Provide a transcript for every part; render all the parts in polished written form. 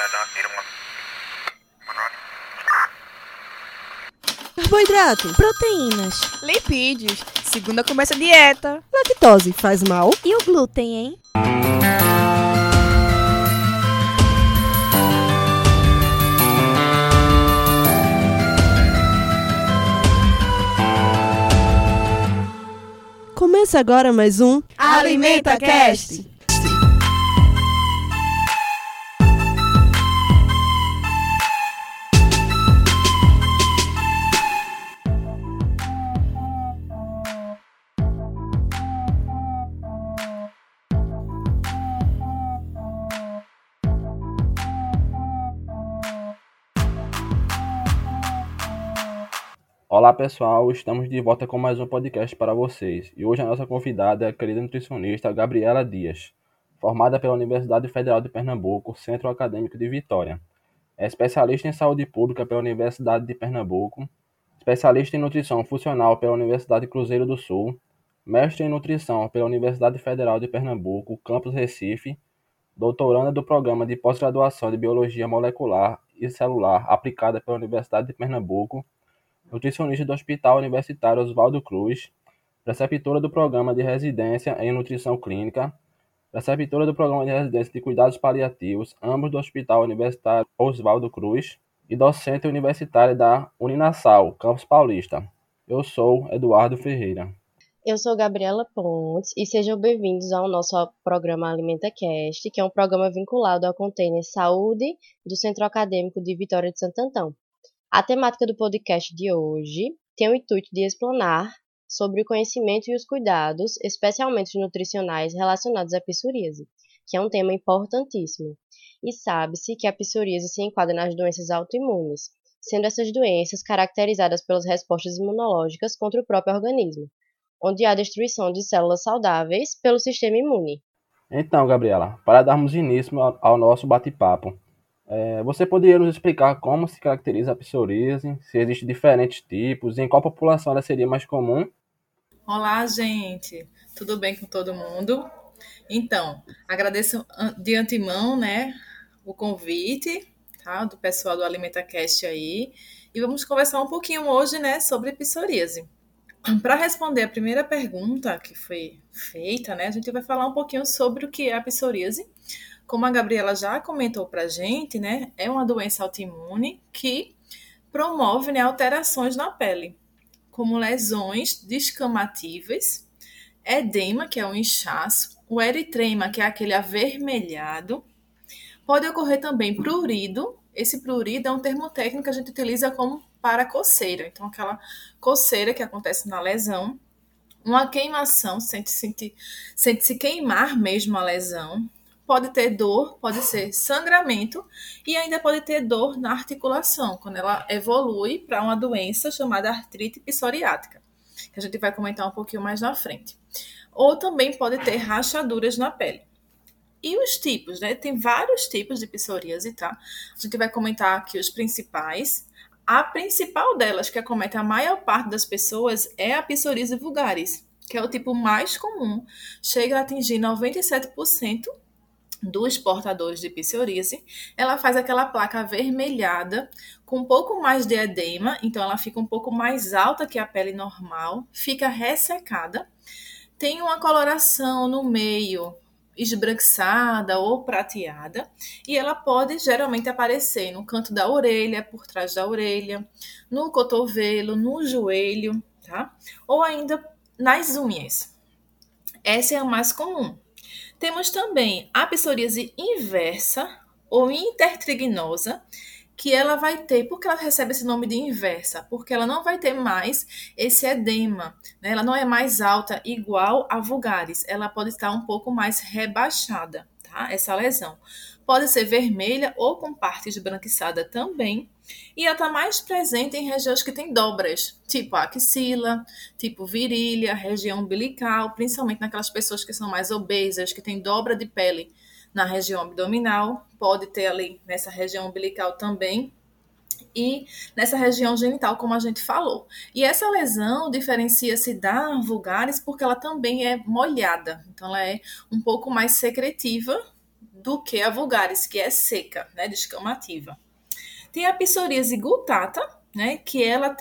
Carboidrato, proteínas, lipídios. Segunda começa a dieta. Lactose faz mal? E o glúten, hein? Começa agora mais um Alimenta Cast. Olá pessoal, estamos de volta com mais um podcast para vocês. E hoje a nossa convidada é a querida nutricionista Gabriela Dias, formada pela Universidade Federal de Pernambuco, Centro Acadêmico de Vitória. É especialista em saúde pública pela Universidade de Pernambuco, especialista em nutrição funcional pela Universidade Cruzeiro do Sul, mestre em nutrição pela Universidade Federal de Pernambuco, Campus Recife, doutoranda do programa de pós-graduação de Biologia Molecular e Celular aplicada pela Universidade de Pernambuco, nutricionista do Hospital Universitário Oswaldo Cruz, preceptora do Programa de Residência em Nutrição Clínica, preceptora do Programa de Residência de Cuidados Paliativos, ambos do Hospital Universitário Oswaldo Cruz, e docente universitária da Uninasal, Campus Paulista. Eu sou Eduardo Ferreira. Eu sou Gabriela Pontes e sejam bem-vindos ao nosso programa Alimenta Cast, que é um programa vinculado ao container Saúde do Centro Acadêmico de Vitória de Santo Antão. A temática do podcast de hoje tem o intuito de explanar sobre o conhecimento e os cuidados, especialmente nutricionais, relacionados à psoríase, que é um tema importantíssimo. E sabe-se que a psoríase se enquadra nas doenças autoimunes, sendo essas doenças caracterizadas pelas respostas imunológicas contra o próprio organismo, onde há destruição de células saudáveis pelo sistema imune. Então, Gabriela, para darmos início ao nosso bate-papo, você poderia nos explicar como se caracteriza a psoríase, se existem diferentes tipos e em qual população ela seria mais comum? Olá, gente! Tudo bem com todo mundo? Então, agradeço de antemão, o convite, tá, do pessoal do AlimentaCast aí, e vamos conversar um pouquinho hoje, sobre psoríase. Para responder a primeira pergunta que foi feita, a gente vai falar um pouquinho sobre o que é a psoríase. Como a Gabriela já comentou para a gente, é uma doença autoimune que promove alterações na pele, como lesões descamativas, edema, que é um inchaço, o eritema, que é aquele avermelhado. Pode ocorrer também prurido. Esse prurido é um termo técnico que a gente utiliza como para coceira. Então, aquela coceira que acontece na lesão. Uma queimação, sente-se queimar mesmo a lesão. Pode ter dor, pode ser sangramento e ainda pode ter dor na articulação, quando ela evolui para uma doença chamada artrite psoriática, que a gente vai comentar um pouquinho mais na frente. Ou também pode ter rachaduras na pele. E os tipos, Tem vários tipos de psoríase, tá? A gente vai comentar aqui os principais. A principal delas, que acomete a maior parte das pessoas, é a psoríase vulgaris, que é o tipo mais comum, chega a atingir 97% dos portadores de psoríase. Ela faz aquela placa avermelhada com um pouco mais de edema, então ela fica um pouco mais alta que a pele normal, fica ressecada, tem uma coloração no meio esbranquiçada ou prateada, e ela pode geralmente aparecer no canto da orelha, por trás da orelha, no cotovelo, no joelho, tá? Ou ainda nas unhas. Essa é a mais comum. Temos também a psoríase inversa ou intertrignosa, que ela vai ter, porque ela recebe esse nome de inversa, porque ela não vai ter mais esse edema, Ela não é mais alta igual a vulgaris, ela pode estar um pouco mais rebaixada, tá? Essa lesão pode ser vermelha ou com parte esbranquiçada também, e ela está mais presente em regiões que têm dobras, tipo a axila, tipo virilha, região umbilical, principalmente naquelas pessoas que são mais obesas, que têm dobra de pele na região abdominal, pode ter ali nessa região umbilical também, e nessa região genital, como a gente falou. E essa lesão diferencia-se da vulgaris porque ela também é molhada, então ela é um pouco mais secretiva do que a vulgaris, que é seca, né, descamativa. Tem a psoríase gutata, né, que ela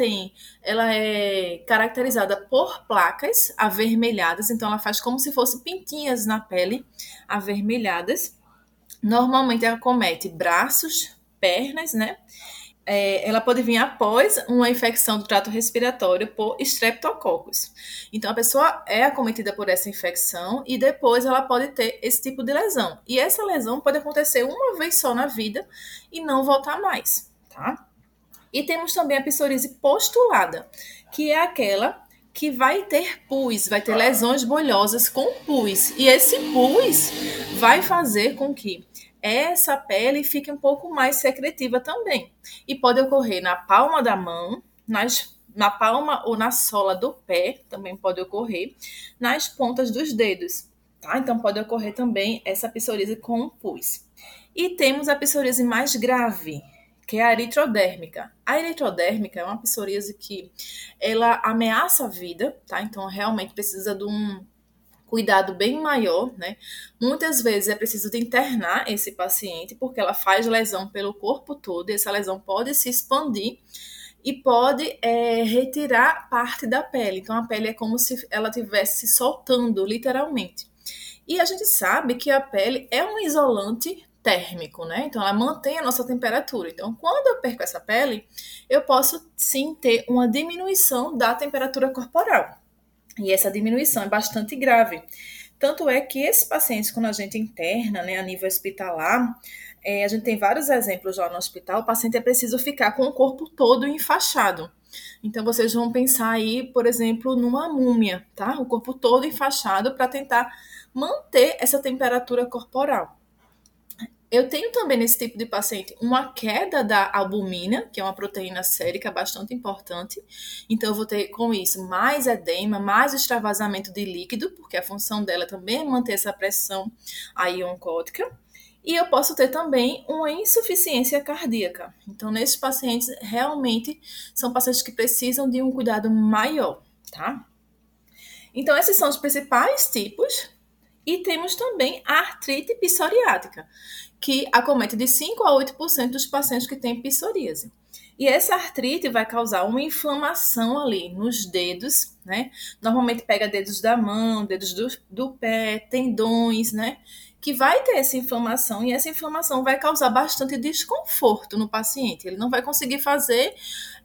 é caracterizada por placas avermelhadas, então ela faz como se fosse pintinhas na pele avermelhadas. Normalmente ela acomete braços, pernas, né? Ela pode vir após uma infecção do trato respiratório por estreptococcus. Então, a pessoa é acometida por essa infecção e depois ela pode ter esse tipo de lesão. E essa lesão pode acontecer uma vez só na vida e não voltar mais, tá? E temos também a psoríase postulada, que é aquela que vai ter pus, vai ter lesões bolhosas com pus. E esse pus vai fazer com que essa pele fique um pouco mais secretiva também. E pode ocorrer na palma da mão, na palma ou na sola do pé, também pode ocorrer, nas pontas dos dedos, tá? Então pode ocorrer também essa psoríase com pus. E temos a psoríase mais grave, que é a eritrodérmica. A eritrodérmica é uma psoríase que ela ameaça a vida, tá? Então realmente precisa de um cuidado bem maior, né? Muitas vezes é preciso de internar esse paciente, porque ela faz lesão pelo corpo todo, e essa lesão pode se expandir e pode retirar parte da pele. Então, a pele é como se ela estivesse se soltando, literalmente. E a gente sabe que a pele é um isolante térmico, né? Então, ela mantém a nossa temperatura. Então, quando eu perco essa pele, eu posso, sim, ter uma diminuição da temperatura corporal. E essa diminuição é bastante grave. Tanto é que esses pacientes, quando a gente interna, né, a nível hospitalar, a gente tem vários exemplos lá no hospital, o paciente é preciso ficar com o corpo todo enfaixado. Então, vocês vão pensar aí, por exemplo, numa múmia, tá? O corpo todo enfaixado para tentar manter essa temperatura corporal. Eu tenho também nesse tipo de paciente uma queda da albumina, que é uma proteína sérica bastante importante. Então, eu vou ter com isso mais edema, mais extravasamento de líquido, porque a função dela também é manter essa pressão aí oncótica. E eu posso ter também uma insuficiência cardíaca. Então, nesses pacientes, realmente são pacientes que precisam de um cuidado maior, tá? Então, esses são os principais tipos. E temos também a artrite psoriática, que acomete de 5 a 8% dos pacientes que têm psoríase. E essa artrite vai causar uma inflamação ali nos dedos, né? Normalmente pega dedos da mão, dedos do pé, tendões, né? Que vai ter essa inflamação e essa inflamação vai causar bastante desconforto no paciente. Ele não vai conseguir fazer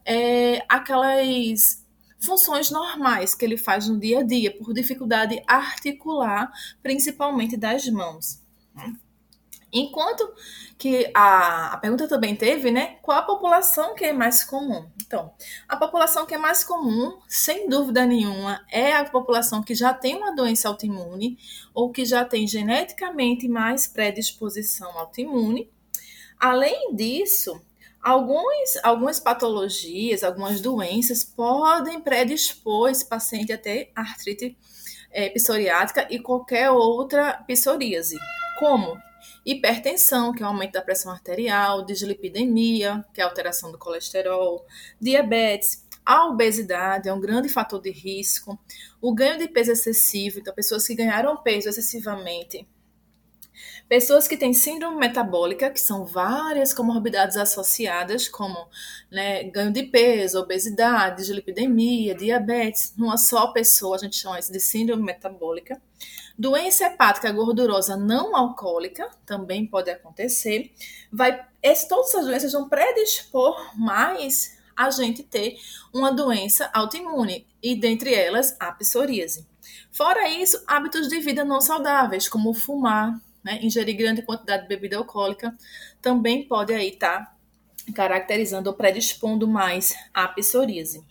aquelas funções normais que ele faz no dia a dia, por dificuldade articular, principalmente das mãos. Enquanto que a pergunta também teve, né? Qual a população que é mais comum? Então, a população que é mais comum, sem dúvida nenhuma, é a população que já tem uma doença autoimune ou que já tem geneticamente mais predisposição autoimune. Além disso, algumas patologias, algumas doenças podem predispor esse paciente a ter artrite psoriática e qualquer outra psoríase, como hipertensão, que é o aumento da pressão arterial, dislipidemia, que é a alteração do colesterol, diabetes, a obesidade é um grande fator de risco, o ganho de peso excessivo, então pessoas que ganharam peso excessivamente, pessoas que têm síndrome metabólica, que são várias comorbidades associadas, como, né, ganho de peso, obesidade, dislipidemia, diabetes, numa só pessoa, a gente chama isso de síndrome metabólica. Doença hepática gordurosa não alcoólica também pode acontecer. Todas essas doenças vão predispor mais a gente ter uma doença autoimune, e dentre elas a psoríase. Fora isso, hábitos de vida não saudáveis, como fumar, né, ingerir grande quantidade de bebida alcoólica, também pode aí estar caracterizando ou predispondo mais a psoríase.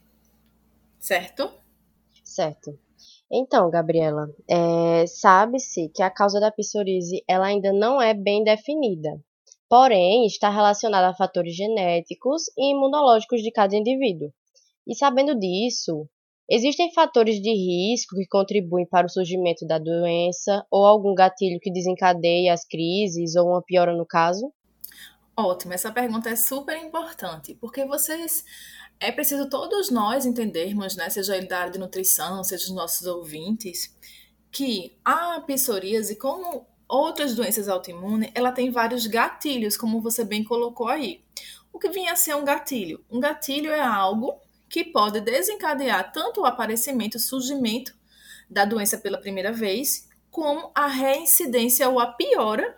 Certo? Certo. Então, Gabriela, sabe-se que a causa da psoríase ela ainda não é bem definida, porém está relacionada a fatores genéticos e imunológicos de cada indivíduo. E sabendo disso, existem fatores de risco que contribuem para o surgimento da doença ou algum gatilho que desencadeie as crises ou uma piora no caso? Ótimo, essa pergunta é super importante, porque é preciso todos nós entendermos, né, seja ele da área de nutrição, seja os nossos ouvintes, que a psoríase, como outras doenças autoimunes, ela tem vários gatilhos, como você bem colocou aí. O que vinha a ser um gatilho? Um gatilho é algo que pode desencadear tanto o aparecimento, o surgimento da doença pela primeira vez, como a reincidência ou a piora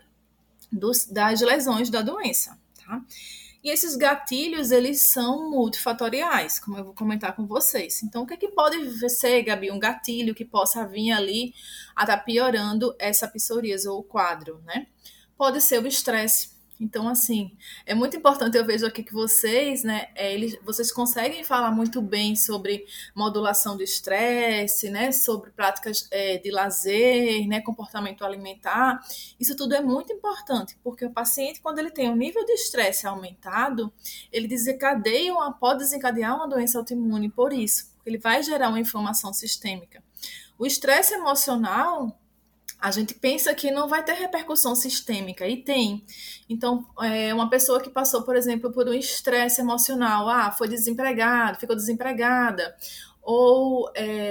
das lesões da doença, tá? E esses gatilhos, eles são multifatoriais, como eu vou comentar com vocês. Então, o que é que pode ser, Gabi, um gatilho que possa vir ali a estar piorando essa psoríase ou o quadro, né? Pode ser o estresse. Então, assim, é muito importante, eu vejo aqui que vocês, né, vocês conseguem falar muito bem sobre modulação do estresse, né, sobre práticas de lazer, né, comportamento alimentar. Isso tudo é muito importante, porque o paciente, quando ele tem um nível de estresse aumentado, ele pode desencadear uma doença autoimune por isso, porque ele vai gerar uma inflamação sistêmica. O estresse emocional, a gente pensa que não vai ter repercussão sistêmica, e tem. Então, uma pessoa que passou, por exemplo, por um estresse emocional, foi desempregado, ficou desempregada, ou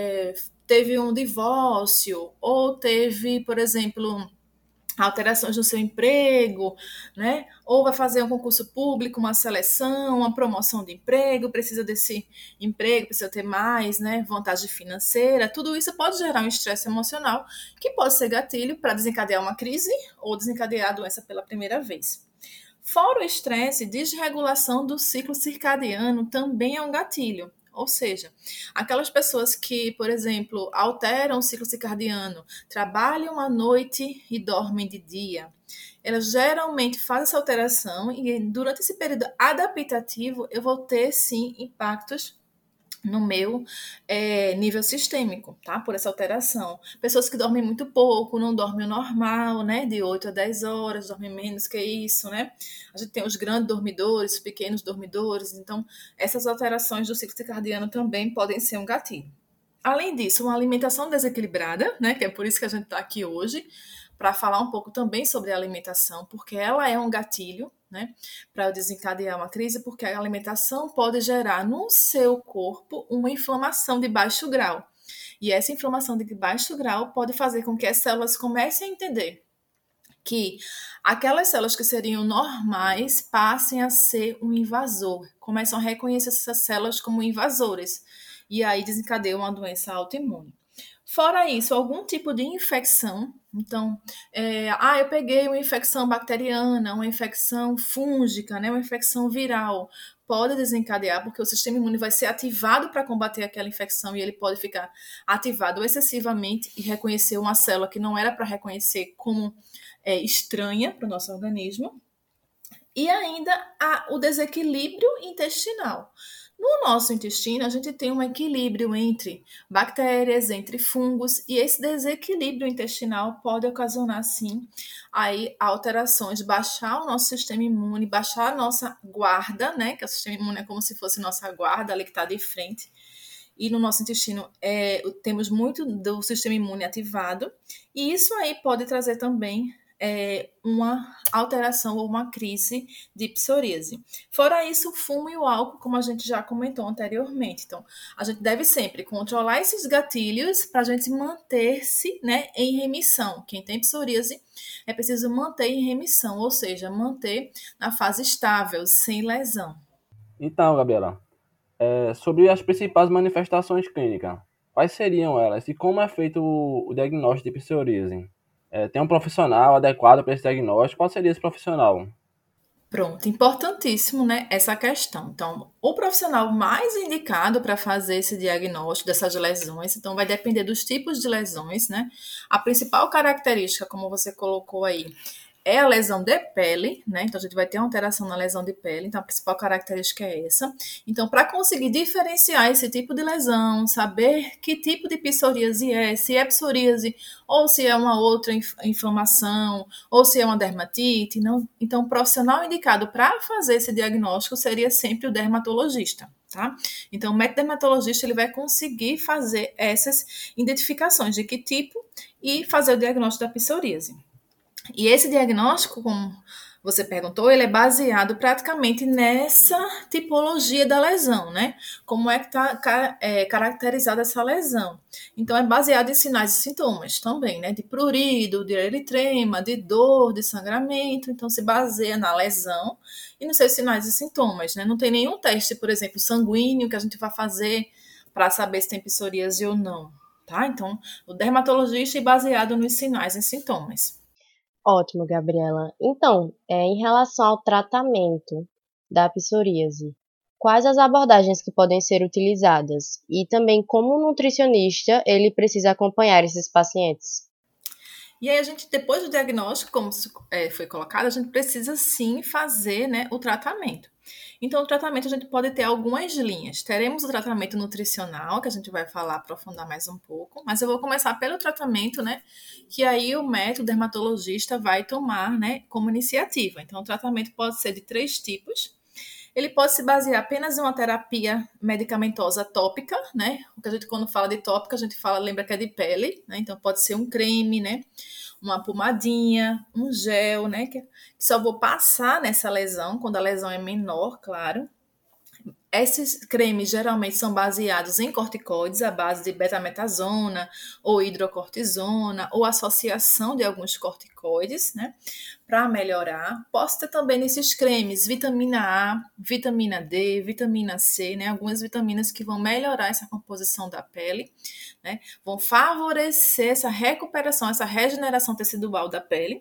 teve um divórcio, ou teve, por exemplo, alterações no seu emprego, né? Ou vai fazer um concurso público, uma seleção, uma promoção de emprego, precisa desse emprego, precisa ter mais, né? Vantagem financeira. Tudo isso pode gerar um estresse emocional que pode ser gatilho para desencadear uma crise ou desencadear a doença pela primeira vez. Fora o estresse, desregulação do ciclo circadiano também é um gatilho. Ou seja, aquelas pessoas que, por exemplo, alteram o ciclo circadiano, trabalham à noite e dormem de dia, elas geralmente fazem essa alteração e durante esse período adaptativo eu vou ter, sim, impactos no meu nível sistêmico, tá? Por essa alteração. Pessoas que dormem muito pouco, não dormem o normal, né? De 8 a 10 horas, dormem menos que isso, né? A gente tem os grandes dormidores, os pequenos dormidores. Então, essas alterações do ciclo circadiano também podem ser um gatilho. Além disso, uma alimentação desequilibrada, né? Que é por isso que a gente está aqui hoje, para falar um pouco também sobre a alimentação, porque ela é um gatilho, né, para desencadear uma crise, porque a alimentação pode gerar no seu corpo uma inflamação de baixo grau. E essa inflamação de baixo grau pode fazer com que as células comecem a entender que aquelas células que seriam normais passem a ser um invasor, começam a reconhecer essas células como invasoras, e aí desencadeiam uma doença autoimune. Fora isso, algum tipo de infecção. Então, eu peguei uma infecção bacteriana, uma infecção fúngica, né, uma infecção viral. Pode desencadear, porque o sistema imune vai ser ativado para combater aquela infecção e ele pode ficar ativado excessivamente e reconhecer uma célula que não era para reconhecer como estranha para o nosso organismo. E ainda o desequilíbrio intestinal. No nosso intestino, a gente tem um equilíbrio entre bactérias, entre fungos, e esse desequilíbrio intestinal pode ocasionar, sim, aí alterações, baixar o nosso sistema imune, baixar a nossa guarda, né? Que o sistema imune é como se fosse nossa guarda ali que está de frente. E no nosso intestino temos muito do sistema imune ativado, e isso aí pode trazer também uma alteração ou uma crise de psoríase. Fora isso, o fumo e o álcool, como a gente já comentou anteriormente. Então, a gente deve sempre controlar esses gatilhos para a gente manter-se, né, em remissão. Quem tem psoríase é preciso manter em remissão, ou seja, manter na fase estável, sem lesão. Então, Gabriela, sobre as principais manifestações clínicas, quais seriam elas e como é feito o diagnóstico de psoríase? Tem um profissional adequado para esse diagnóstico? Qual seria esse profissional? Pronto, importantíssimo, né, essa questão. Então, o profissional mais indicado para fazer esse diagnóstico dessas lesões, então vai depender dos tipos de lesões, né? A principal característica, como você colocou aí, é a lesão de pele, né? Então, a gente vai ter uma alteração na lesão de pele. Então, a principal característica é essa. Então, para conseguir diferenciar esse tipo de lesão, saber que tipo de psoríase se é psoríase ou se é uma outra inflamação, ou se é uma dermatite. Não? Então, o profissional indicado para fazer esse diagnóstico seria sempre o dermatologista. Tá? Então, o médico dermatologista ele vai conseguir fazer essas identificações de que tipo e fazer o diagnóstico da psoríase. E esse diagnóstico, como você perguntou, ele é baseado praticamente nessa tipologia da lesão, né? Como é que está caracterizada essa lesão. Então, é baseado em sinais e sintomas também, né? De prurido, de eritrema, de dor, de sangramento. Então, se baseia na lesão e nos seus sinais e sintomas, né? Não tem nenhum teste, por exemplo, sanguíneo que a gente vai fazer para saber se tem psoríase ou não, tá? Então, o dermatologista é baseado nos sinais e sintomas. Ótimo, Gabriela. Então, em relação ao tratamento da psoríase, quais as abordagens que podem ser utilizadas? E também como o nutricionista ele precisa acompanhar esses pacientes? E aí a gente, depois do diagnóstico, como foi colocado, a gente precisa sim fazer, né, o tratamento. Então, o tratamento a gente pode ter algumas linhas. Teremos o tratamento nutricional, que a gente vai falar, aprofundar mais um pouco, mas eu vou começar pelo tratamento, né, que aí o médico dermatologista vai tomar, né, como iniciativa. Então, o tratamento pode ser de 3 tipos. Ele pode se basear apenas em uma terapia medicamentosa tópica, né? O que a gente, quando fala de tópica, a gente lembra que é de pele, né? Então, pode ser um creme, né? Uma pomadinha, um gel, né? Que só vou passar nessa lesão, quando a lesão é menor, claro. Esses cremes geralmente são baseados em corticoides, à base de betametasona ou hidrocortisona, ou associação de alguns corticoides, né, para melhorar. Posso ter também nesses cremes vitamina A, vitamina D, vitamina C, né, algumas vitaminas que vão melhorar essa composição da pele, né, vão favorecer essa recuperação, essa regeneração tecidual da pele.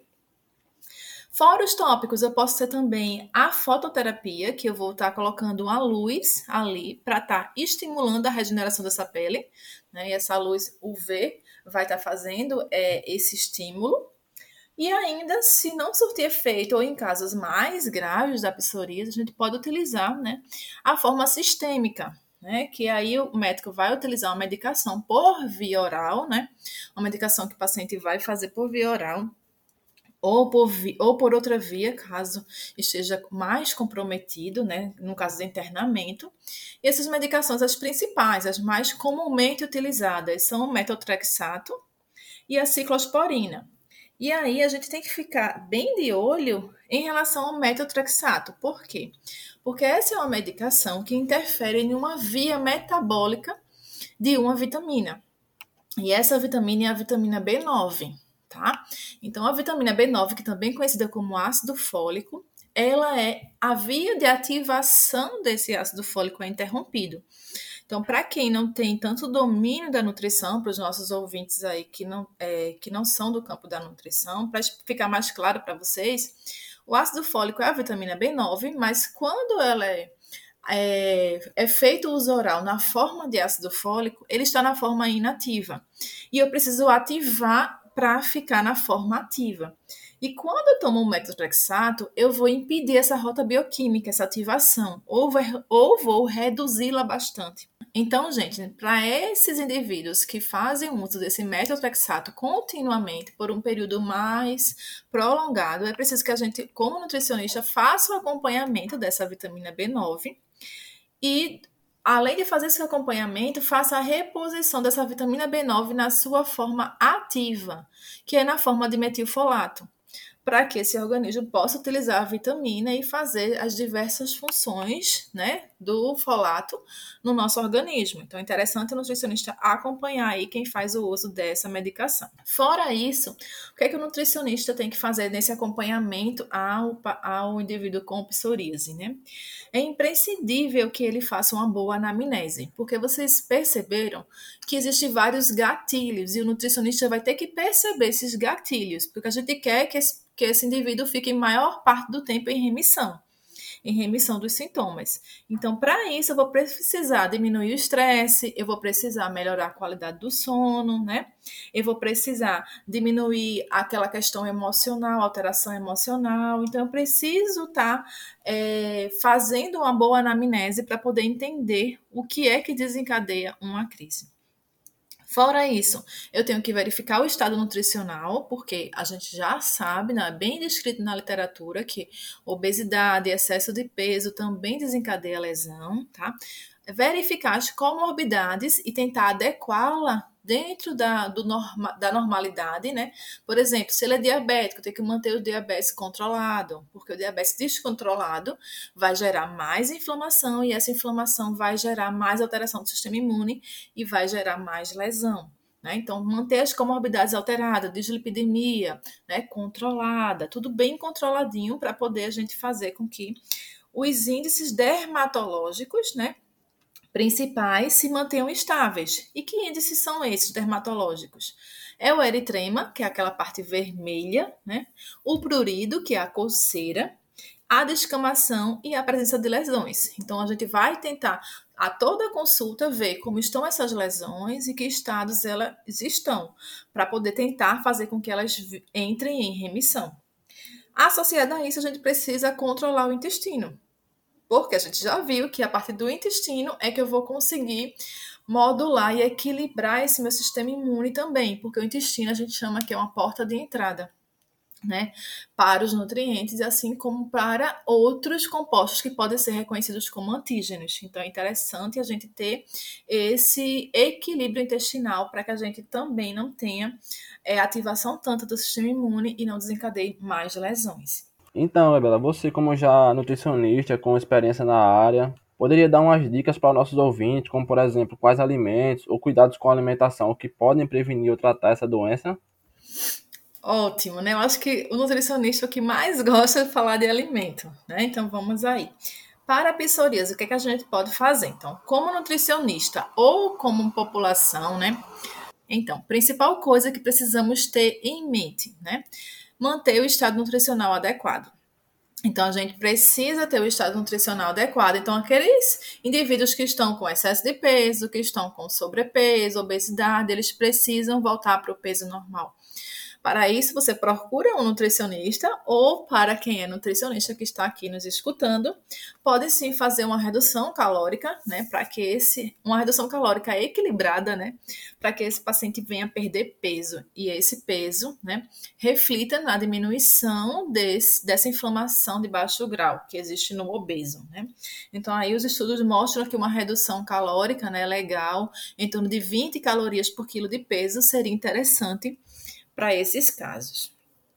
Fora os tópicos, eu posso ter também a fototerapia, que eu vou estar colocando uma luz ali para estar estimulando a regeneração dessa pele, né? E essa luz UV vai estar fazendo esse estímulo. E ainda, se não surtir efeito ou em casos mais graves da psoríase, a gente pode utilizar, né, a forma sistêmica, né? Que aí o médico vai utilizar uma medicação por via oral, né? Uma medicação que o paciente vai fazer por via oral, ou por outra via, caso esteja mais comprometido, né, no caso de internamento. E essas medicações, as principais, as mais comumente utilizadas, são o metotrexato e a ciclosporina. E aí a gente tem que ficar bem de olho em relação ao metotrexato. Por quê? Porque essa é uma medicação que interfere em uma via metabólica de uma vitamina. E essa vitamina é a vitamina B9. Tá? Então, a vitamina B9, que também é conhecida como ácido fólico, ela é a via de ativação desse ácido fólico é interrompido. Então, para quem não tem tanto domínio da nutrição, para os nossos ouvintes aí que não são do campo da nutrição, para ficar mais claro para vocês, o ácido fólico é a vitamina B9, mas quando ela é feito o uso oral na forma de ácido fólico, ele está na forma inativa. E eu preciso ativar para ficar na forma ativa. E quando eu tomo o metotrexato, eu vou impedir essa rota bioquímica, essa ativação, ou vou reduzi-la bastante. Então, gente, para esses indivíduos que fazem uso desse metotrexato continuamente por um período mais prolongado, é preciso que a gente, como nutricionista, faça o acompanhamento dessa vitamina B9 e, além de fazer esse acompanhamento, faça a reposição dessa vitamina B9 na sua forma ativa, que é na forma de metilfolato, para que esse organismo possa utilizar a vitamina e fazer as diversas funções, né, do folato no nosso organismo. Então, é interessante o nutricionista acompanhar aí quem faz o uso dessa medicação. Fora isso, o que é que o nutricionista tem que fazer nesse acompanhamento ao indivíduo com psoríase, né? É imprescindível que ele faça uma boa anamnese, porque vocês perceberam que existem vários gatilhos e o nutricionista vai ter que perceber esses gatilhos, porque a gente quer que esse indivíduo fique maior parte do tempo em remissão dos sintomas. Então, para isso, eu vou precisar diminuir o estresse, eu vou precisar melhorar a qualidade do sono, né? Eu vou precisar diminuir aquela questão emocional, alteração emocional. Então, eu preciso estar fazendo uma boa anamnese para poder entender o que é que desencadeia uma crise. Fora isso, eu tenho que verificar o estado nutricional, porque a gente já sabe, né, bem descrito na literatura, que obesidade e excesso de peso também desencadeia lesão, tá? Verificar as comorbidades e tentar adequá-la dentro da normalidade, né? Por exemplo, se ele é diabético, tem que manter o diabetes controlado, porque o diabetes descontrolado vai gerar mais inflamação e essa inflamação vai gerar mais alteração do sistema imune e vai gerar mais lesão. Né? Então, manter as comorbidades alteradas, dislipidemia, né, controlada, tudo bem controladinho para poder a gente fazer com que os índices dermatológicos, né, principais se mantenham estáveis. E que índices são esses dermatológicos? É o eritrema, que é aquela parte vermelha, né? O prurido, que é a coceira, a descamação e a presença de lesões. Então, a gente vai tentar, a toda consulta, ver como estão essas lesões e que estados elas estão, para poder tentar fazer com que elas entrem em remissão. Associado a isso, a gente precisa controlar o intestino, porque a gente já viu que a partir do intestino é que eu vou conseguir modular e equilibrar esse meu sistema imune também, porque o intestino a gente chama que é uma porta de entrada, né, para os nutrientes, assim como para outros compostos que podem ser reconhecidos como antígenos. Então, é interessante a gente ter esse equilíbrio intestinal para que a gente também não tenha ativação tanto do sistema imune e não desencadeie mais lesões. Então, Gabriela, você como já nutricionista com experiência na área, poderia dar umas dicas para os nossos ouvintes, como por exemplo, quais alimentos ou cuidados com a alimentação que podem prevenir ou tratar essa doença? Ótimo, né? Eu acho que o nutricionista é o que mais gosta de falar de alimento, né? Então vamos aí. Para a psoríase, o que é que a gente pode fazer? Então, como nutricionista ou como população, né? Então, principal coisa que precisamos ter em mente, né? Manter o estado nutricional adequado. Então, a gente precisa ter o estado nutricional adequado. Então, aqueles indivíduos que estão com excesso de peso, que estão com sobrepeso, obesidade, eles precisam voltar para o peso normal. Para isso, você procura um nutricionista ou, para quem é nutricionista que está aqui nos escutando, pode sim fazer uma redução calórica, né, uma redução calórica equilibrada, né, para que esse paciente venha perder peso e esse peso, né, reflita na diminuição dessa inflamação de baixo grau que existe no obeso, né. Então, aí os estudos mostram que uma redução calórica, né, legal, em torno de 20 calorias por quilo de peso seria interessante para esses casos.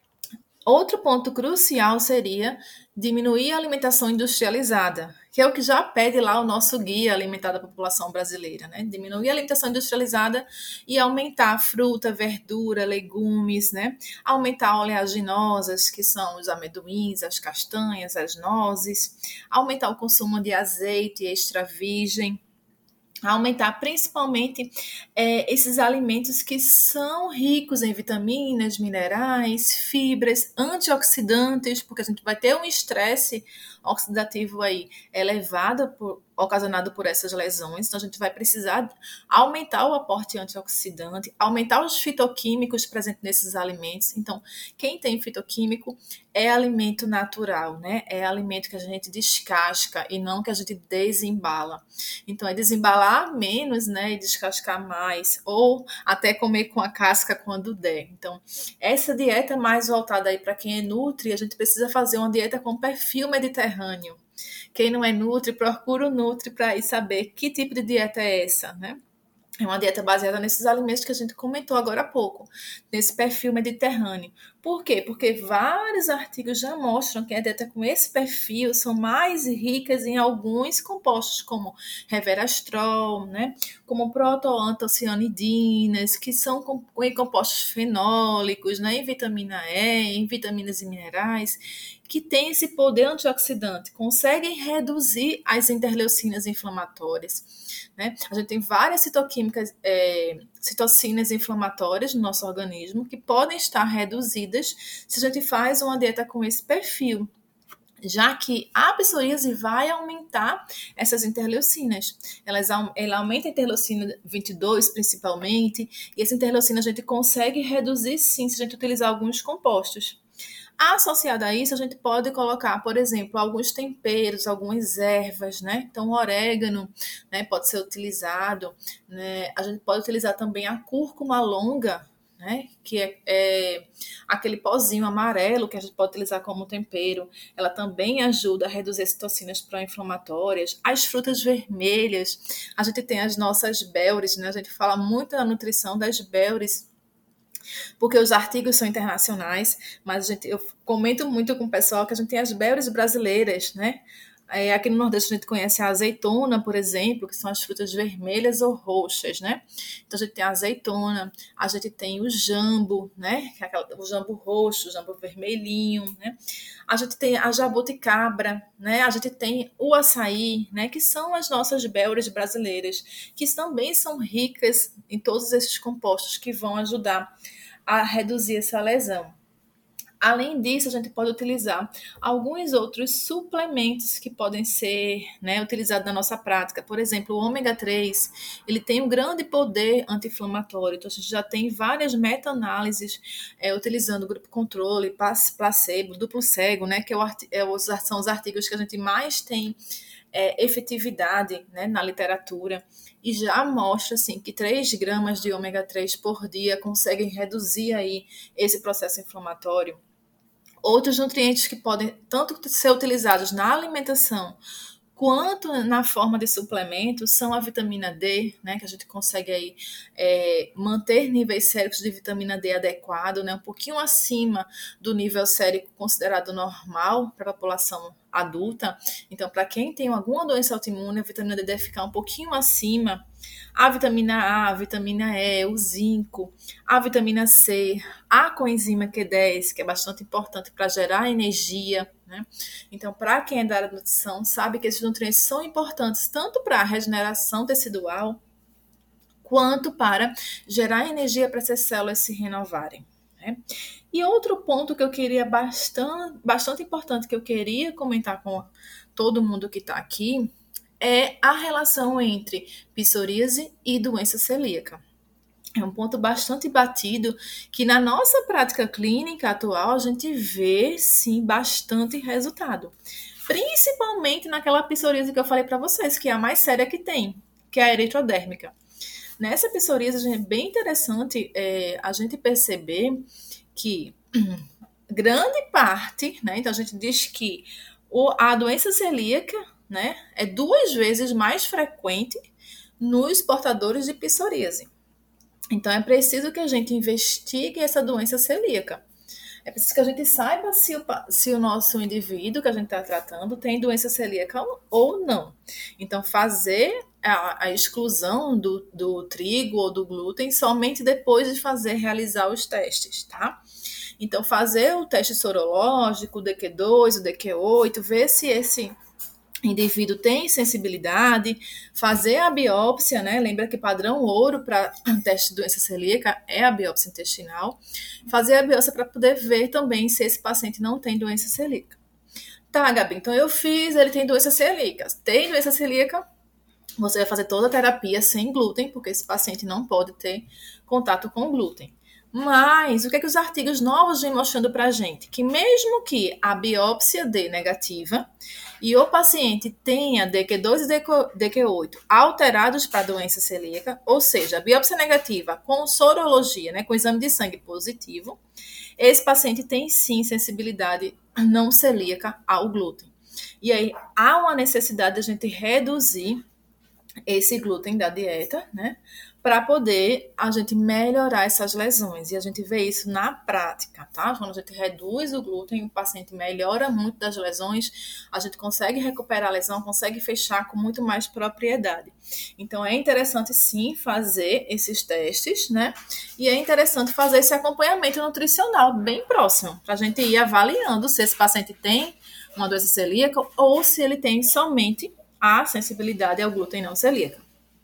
Outro ponto crucial seria diminuir a alimentação industrializada, que é o que já pede lá o nosso guia alimentar da população brasileira, né? Diminuir a alimentação industrializada e aumentar a fruta, verdura, legumes, né? Aumentar oleaginosas, que são os amendoins, as castanhas, as nozes, aumentar o consumo de azeite extra virgem, aumentar principalmente esses alimentos que são ricos em vitaminas, minerais, fibras, antioxidantes, porque a gente vai ter um estresse oxidativo aí elevado, ocasionado por essas lesões. Então, a gente vai precisar aumentar o aporte antioxidante, aumentar os fitoquímicos presentes nesses alimentos. Então, quem tem fitoquímico é alimento natural, né? É alimento que a gente descasca e não que a gente desembala. Então, é desembalar menos, né? E descascar mais, ou até comer com a casca quando der. Então, essa dieta mais voltada aí para quem é nutri, a gente precisa fazer uma dieta com perfil mediterrâneo. Quem não é nutri, procura o nutri para ir saber que tipo de dieta é essa, né? É uma dieta baseada nesses alimentos que a gente comentou agora há pouco, nesse perfil mediterrâneo. Por quê? Porque vários artigos já mostram que a dieta com esse perfil são mais ricas em alguns compostos, como resveratrol, né? Como protoantocianidinas, que são em compostos fenólicos, né? Em vitamina E, em vitaminas e minerais, que têm esse poder antioxidante, conseguem reduzir as interleucinas inflamatórias. Né? A gente tem várias citocinas inflamatórias no nosso organismo que podem estar reduzidas se a gente faz uma dieta com esse perfil, já que a psoríase vai aumentar essas interleucinas. Ela aumenta a interleucina 22 principalmente, e essa interleucina a gente consegue reduzir sim se a gente utilizar alguns compostos. Associado a isso, a gente pode colocar, por exemplo, alguns temperos, algumas ervas, né? Então, o orégano, né, pode ser utilizado, né? A gente pode utilizar também a cúrcuma longa, né? Que é aquele pozinho amarelo que a gente pode utilizar como tempero. Ela também ajuda a reduzir as toxinas pró-inflamatórias. As frutas vermelhas, a gente tem as nossas berries, né? A gente fala muito da nutrição das berries, porque os artigos são internacionais, mas eu comento muito com o pessoal que a gente tem as berries brasileiras, né? Aqui no Nordeste a gente conhece a azeitona, por exemplo, que são as frutas vermelhas ou roxas, né? Então a gente tem a azeitona, a gente tem o jambo, né? Que é o jambo roxo, o jambo vermelhinho, né? A gente tem a jabuticabra, né? A gente tem o açaí, né? Que são as nossas berries brasileiras, que também são ricas em todos esses compostos que vão ajudar a reduzir essa lesão. Além disso, a gente pode utilizar alguns outros suplementos que podem ser, né, utilizados na nossa prática. Por exemplo, o ômega 3, ele tem um grande poder anti-inflamatório. Então, a gente já tem várias meta-análises utilizando o grupo controle, placebo, duplo cego, né, que são os artigos que a gente mais tem efetividade, né, na literatura, e já mostra assim, que 3 gramas de ômega 3 por dia conseguem reduzir aí esse processo inflamatório. Outros nutrientes que podem tanto ser utilizados na alimentação quanto na forma de suplemento são a vitamina D, né, que a gente consegue aí manter níveis séricos de vitamina D adequado, né, um pouquinho acima do nível sérico considerado normal para a população adulta. Então, para quem tem alguma doença autoimune, a vitamina D deve ficar um pouquinho acima. A vitamina A, a vitamina E, o zinco, a vitamina C, a coenzima Q10, que é bastante importante para gerar energia, né? Então, para quem é da área de nutrição, sabe que esses nutrientes são importantes tanto para a regeneração tecidual quanto para gerar energia para essas células se renovarem, né? E outro ponto que eu queria bastante importante que eu queria comentar com todo mundo que está aqui é a relação entre psoríase e doença celíaca. É um ponto bastante batido que na nossa prática clínica atual a gente vê sim bastante resultado. Principalmente naquela psoríase que eu falei para vocês, que é a mais séria que tem, que é a eritrodérmica. Nessa psoríase é bem interessante a gente perceber que grande parte, né, então a gente diz que a doença celíaca, né, é 2 vezes mais frequente nos portadores de psoríase. Então, é preciso que a gente investigue essa doença celíaca. É preciso que a gente saiba se o nosso indivíduo que a gente está tratando tem doença celíaca ou não. Então, fazer a exclusão do trigo ou do glúten somente depois de realizar os testes, tá? Então, fazer o teste sorológico, o DQ2, o DQ8, ver se esse indivíduo tem sensibilidade, fazer a biópsia, né? Lembra que padrão ouro para teste de doença celíaca é a biópsia intestinal. Fazer a biópsia para poder ver também se esse paciente não tem doença celíaca. Tá, Gabi, então eu fiz, ele tem doença celíaca. Tem doença celíaca, você vai fazer toda a terapia sem glúten, porque esse paciente não pode ter contato com glúten. Mas o que é que os artigos novos vêm mostrando para a gente? Que mesmo que a biópsia dê negativa e o paciente tenha DQ2 e DQ8 alterados para a doença celíaca, ou seja, a biópsia negativa com sorologia, né, com exame de sangue positivo, esse paciente tem sim sensibilidade não celíaca ao glúten. E aí há uma necessidade de a gente reduzir esse glúten da dieta, né? Para poder a gente melhorar essas lesões. E a gente vê isso na prática, tá? Quando a gente reduz o glúten, o paciente melhora muito das lesões, a gente consegue recuperar a lesão, consegue fechar com muito mais propriedade. Então, é interessante, sim, fazer esses testes, né? E é interessante fazer esse acompanhamento nutricional bem próximo, para a gente ir avaliando se esse paciente tem uma doença celíaca ou se ele tem somente a sensibilidade ao glúten não celíaca,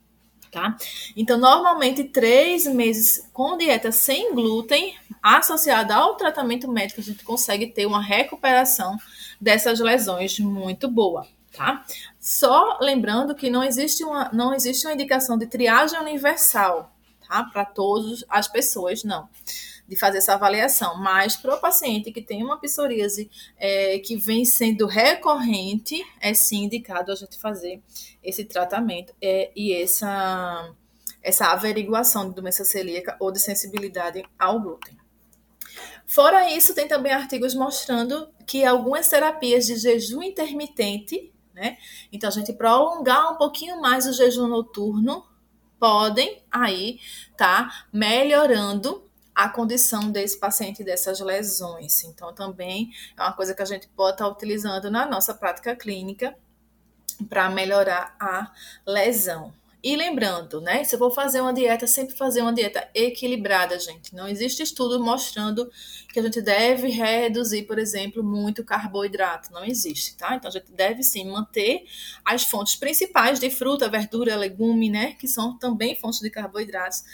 tá? Então, normalmente, 3 meses com dieta sem glúten, associada ao tratamento médico, a gente consegue ter uma recuperação dessas lesões muito boa, tá? Só lembrando que não existe uma indicação de triagem universal, tá? Para todas as pessoas, não. De fazer essa avaliação, mas para o paciente que tem uma psoríase que vem sendo recorrente, é sim indicado a gente fazer esse tratamento e essa averiguação de doença celíaca ou de sensibilidade ao glúten. Fora isso, tem também artigos mostrando que algumas terapias de jejum intermitente, né? Então, a gente prolongar um pouquinho mais o jejum noturno, podem aí tá melhorando a condição desse paciente dessas lesões. Então, também é uma coisa que a gente pode estar utilizando na nossa prática clínica para melhorar a lesão. E lembrando, né, se eu vou fazer uma dieta, sempre fazer uma dieta equilibrada, gente. Não existe estudo mostrando que a gente deve reduzir, por exemplo, muito carboidrato. Não existe, tá? Então, a gente deve, sim, manter as fontes principais de fruta, verdura, legume, né, que são também fontes de carboidratos,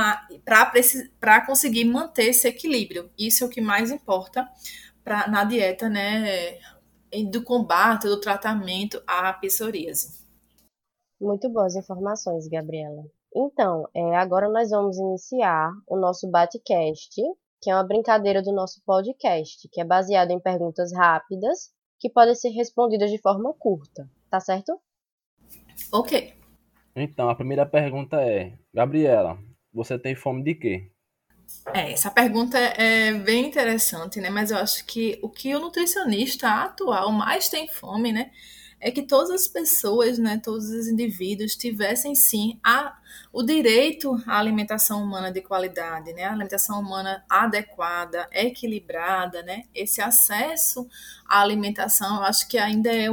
para conseguir manter esse equilíbrio. Isso é o que mais importa na dieta, né, do combate, do tratamento à psoríase. Muito boas informações, Gabriela. Então, agora nós vamos iniciar o nosso Batecast, que é uma brincadeira do nosso podcast, que é baseado em perguntas rápidas que podem ser respondidas de forma curta, tá certo? Ok. Então, a primeira pergunta é: Gabriela, você tem fome de quê? Essa pergunta é bem interessante, né? Mas eu acho que o que o nutricionista atual mais tem fome, né? É que todas as pessoas, né, todos os indivíduos tivessem sim o direito à alimentação humana de qualidade, né, a alimentação humana adequada, equilibrada, né, esse acesso à alimentação, eu acho que ainda é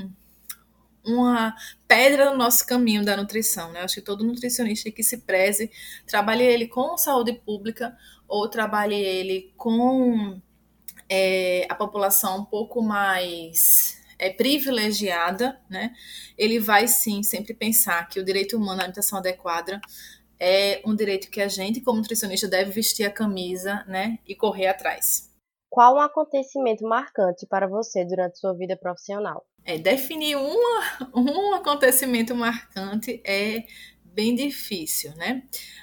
uma pedra no nosso caminho da nutrição, né, eu acho que todo nutricionista que se preze, trabalhe ele com saúde pública ou trabalhe ele com a população um pouco mais privilegiada, né? Ele vai sim sempre pensar que o direito humano à alimentação adequada é um direito que a gente, como nutricionista, deve vestir a camisa, né? E correr atrás. Qual um acontecimento marcante para você durante sua vida profissional? Definir um acontecimento marcante é bem difícil, né?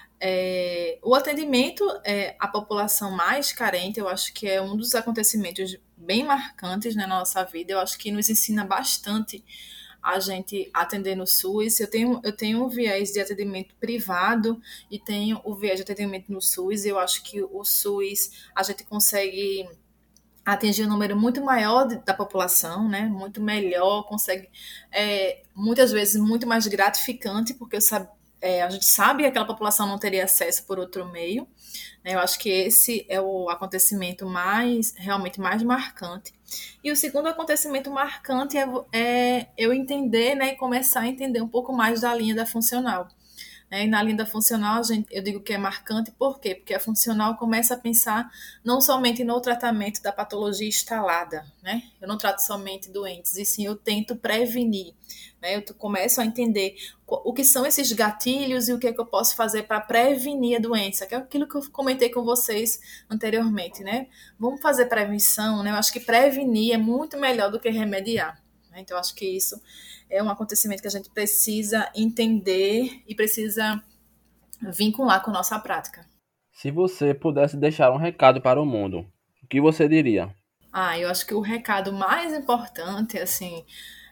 O atendimento à população mais carente, eu acho que é um dos acontecimentos bem marcantes na nossa vida. Eu acho que nos ensina bastante a gente atender no SUS. Eu tenho um viés de atendimento privado e tenho o viés de atendimento no SUS. Eu acho que o SUS, a gente consegue atingir um número muito maior da população, né? Muito melhor, consegue, muitas vezes, muito mais gratificante, porque a gente sabe que aquela população não teria acesso por outro meio, né? Eu acho que esse é o acontecimento realmente mais marcante. E o segundo acontecimento marcante é eu entender, né, e começar a entender um pouco mais da linha da funcional. E na linha da funcional, eu digo que é marcante, por quê? Porque a funcional começa a pensar não somente no tratamento da patologia instalada, né? Eu não trato somente doentes, e sim eu tento prevenir, né? Eu começo a entender o que são esses gatilhos e o que é que eu posso fazer para prevenir a doença, que é aquilo que eu comentei com vocês anteriormente, né? Vamos fazer prevenção, né? Eu acho que prevenir é muito melhor do que remediar, né? Então, eu acho que isso é um acontecimento que a gente precisa entender e precisa vincular com a nossa prática. Se você pudesse deixar um recado para o mundo, o que você diria? Eu acho que o recado mais importante, assim,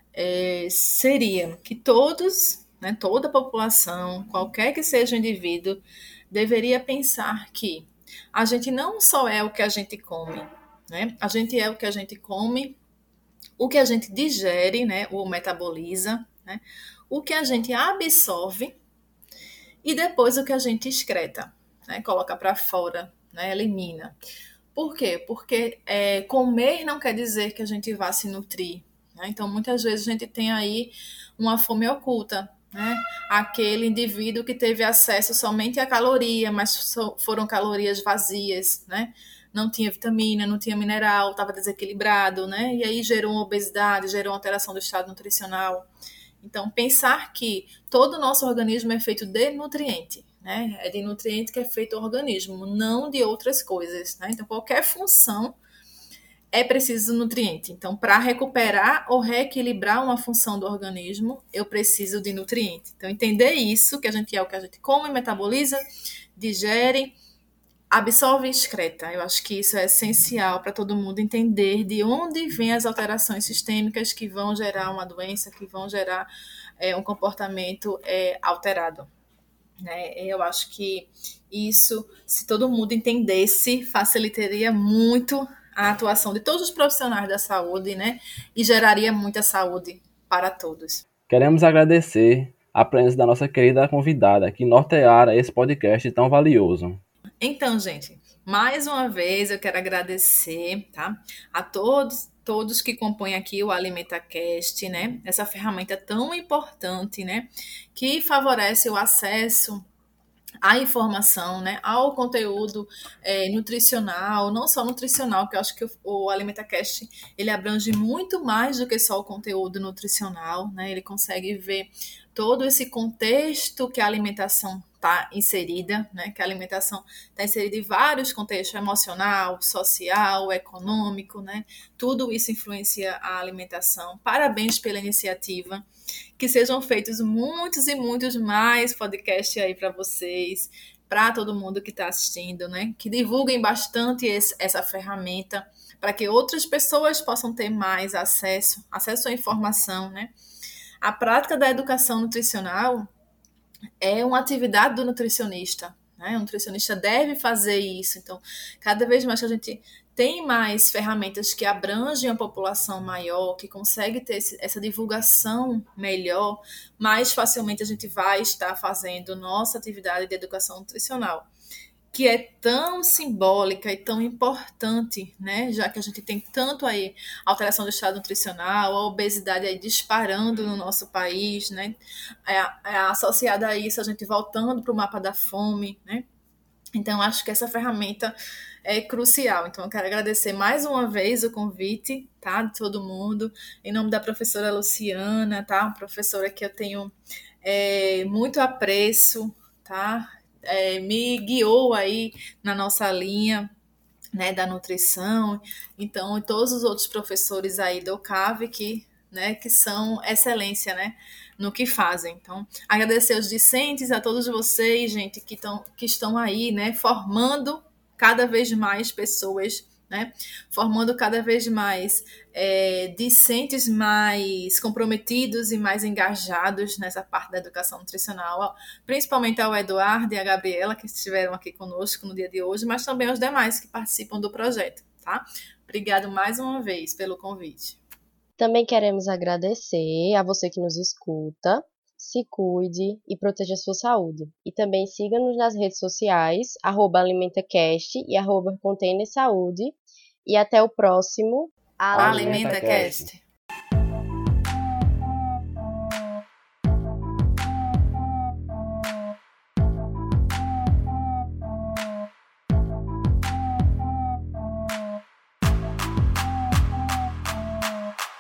seria que todos, né, toda a população, qualquer que seja o indivíduo, deveria pensar que a gente não só é o que a gente come, né? A gente é o que a gente come, o que a gente digere, né, ou metaboliza, né, o que a gente absorve e depois o que a gente excreta, né, coloca para fora, né, elimina. Por quê? Porque comer não quer dizer que a gente vá se nutrir, né? Então, muitas vezes a gente tem aí uma fome oculta, né? Aquele indivíduo que teve acesso somente à caloria, mas foram calorias vazias, né? Não tinha vitamina, não tinha mineral, estava desequilibrado, né? E aí gerou uma obesidade, gerou uma alteração do estado nutricional. Então, pensar que todo o nosso organismo é feito de nutriente, né? É de nutriente que é feito o organismo, não de outras coisas, né? Então, qualquer função é preciso nutriente. Então, para recuperar ou reequilibrar uma função do organismo, eu preciso de nutriente. Então, entender isso, que a gente é o que a gente come, metaboliza, digere, absorve e excreta. Eu acho que isso é essencial para todo mundo entender de onde vêm as alterações sistêmicas que vão gerar uma doença, que vão gerar um comportamento alterado. né? Eu acho que isso, se todo mundo entendesse, facilitaria muito a atuação de todos os profissionais da saúde, né? E geraria muita saúde para todos. Queremos agradecer a presença da nossa querida convidada, que norteara esse podcast tão valioso. Então, gente, mais uma vez eu quero agradecer, tá, a todos que compõem aqui o AlimentaCast, né? Essa ferramenta tão importante, né? Que favorece o acesso à informação, né, ao conteúdo nutricional, não só nutricional, que eu acho que o AlimentaCast ele abrange muito mais do que só o conteúdo nutricional, né, ele consegue ver todo esse contexto que a alimentação está inserida, né, que a alimentação está inserida em vários contextos, emocional, social, econômico, né, tudo isso influencia a alimentação. Parabéns pela iniciativa. Que sejam feitos muitos e muitos mais podcasts aí para vocês, para todo mundo que está assistindo, né? Que divulguem bastante essa ferramenta para que outras pessoas possam ter mais acesso à informação, né? A prática da educação nutricional é uma atividade do nutricionista, né? O nutricionista deve fazer isso. Então, cada vez mais que a gente tem mais ferramentas que abrangem a população maior, que consegue ter essa divulgação melhor, mais facilmente a gente vai estar fazendo nossa atividade de educação nutricional, que é tão simbólica e tão importante, né? Já que a gente tem tanto aí alteração do estado nutricional, a obesidade aí disparando no nosso país, né? É associada a isso, a gente voltando para o mapa da fome, né? Então, acho que essa ferramenta é crucial. Então, eu quero agradecer mais uma vez o convite, tá? De todo mundo, em nome da professora Luciana, tá? Uma professora que eu tenho muito apreço, tá? Me guiou aí na nossa linha, né, da nutrição. Então, e todos os outros professores aí do CAV que são excelência, né, no que fazem. Então, agradecer aos discentes, a todos vocês, gente, que estão aí, né, formando cada vez mais pessoas, né, formando cada vez mais discentes mais comprometidos e mais engajados nessa parte da educação nutricional, principalmente ao Eduardo e à Gabriela, que estiveram aqui conosco no dia de hoje, mas também aos demais que participam do projeto, tá? Obrigado mais uma vez pelo convite. Também queremos agradecer a você que nos escuta. Se cuide e proteja a sua saúde. E também siga-nos nas redes sociais, @AlimentaCast e @ContainerSaúde. E até o próximo AlimentaCast.